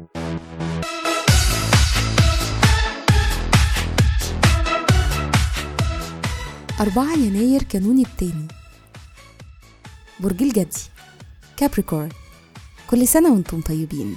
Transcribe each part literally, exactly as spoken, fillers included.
أربعة يناير كانوني التاني. برج الجدي كابريكورن، كل سنة وانتم طيبين.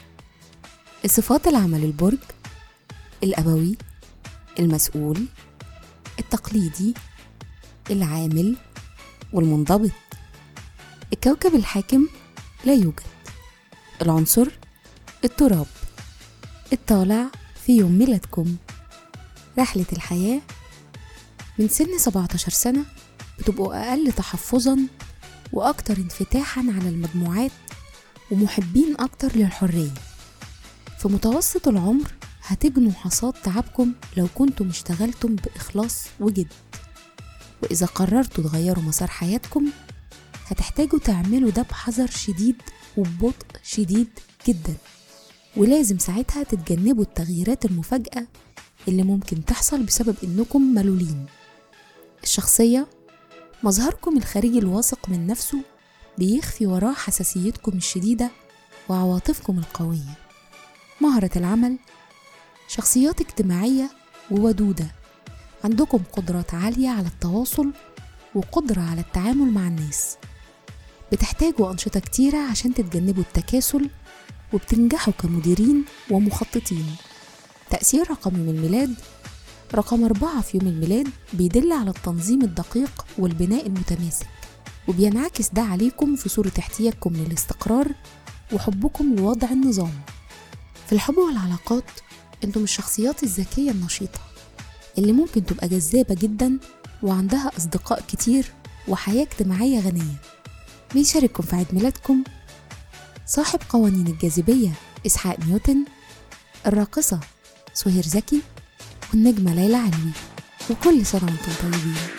الصفات العامة للبرج: الأبوي، المسؤول، التقليدي، العامل، والمنضبط. الكوكب الحاكم لا يوجد. العنصر: التراب. الطالع في يوم ميلادكم. رحلة الحياة: من سن سبعة عشر سنة بتبقوا أقل تحفظاً وأكتر انفتاحاً على المجموعات ومحبين أكتر للحرية. في متوسط العمر هتجنوا حصاد تعبكم لو كنتم اشتغلتم بإخلاص وجد، وإذا قررتوا تغيروا مسار حياتكم هتحتاجوا تعملوا ده بحذر شديد وببطء شديد جدا، ولازم ساعتها تتجنبوا التغييرات المفاجئة اللي ممكن تحصل بسبب إنكم ملولين. الشخصية: مظهركم الخارجي الواثق من نفسه بيخفي وراه حساسيتكم الشديدة وعواطفكم القوية. مهارة العمل: شخصيات اجتماعية وودودة، عندكم قدرات عالية على التواصل وقدرة على التعامل مع الناس. بتحتاجوا أنشطة كتيرة عشان تتجنبوا التكاسل، وبتنجحوا كمديرين ومخططين. تأثير رقم يوم الميلاد: رقم أربعة في يوم الميلاد بيدل على التنظيم الدقيق والبناء المتماسك، وبينعكس ده عليكم في صورة احتياجكم للاستقرار وحبكم لوضع النظام. في الحب والعلاقات انتم الشخصيات الذكية النشيطة اللي ممكن تبقى جذابة جدا وعندها أصدقاء كتير وحياة اجتماعية غنية. بيشارككم في عيد ميلادكم صاحب قوانين الجاذبية إسحاق نيوتن، الراقصة سهير زكي، والنجمة ليلى علوي. وكل سنة وانتم طيبين.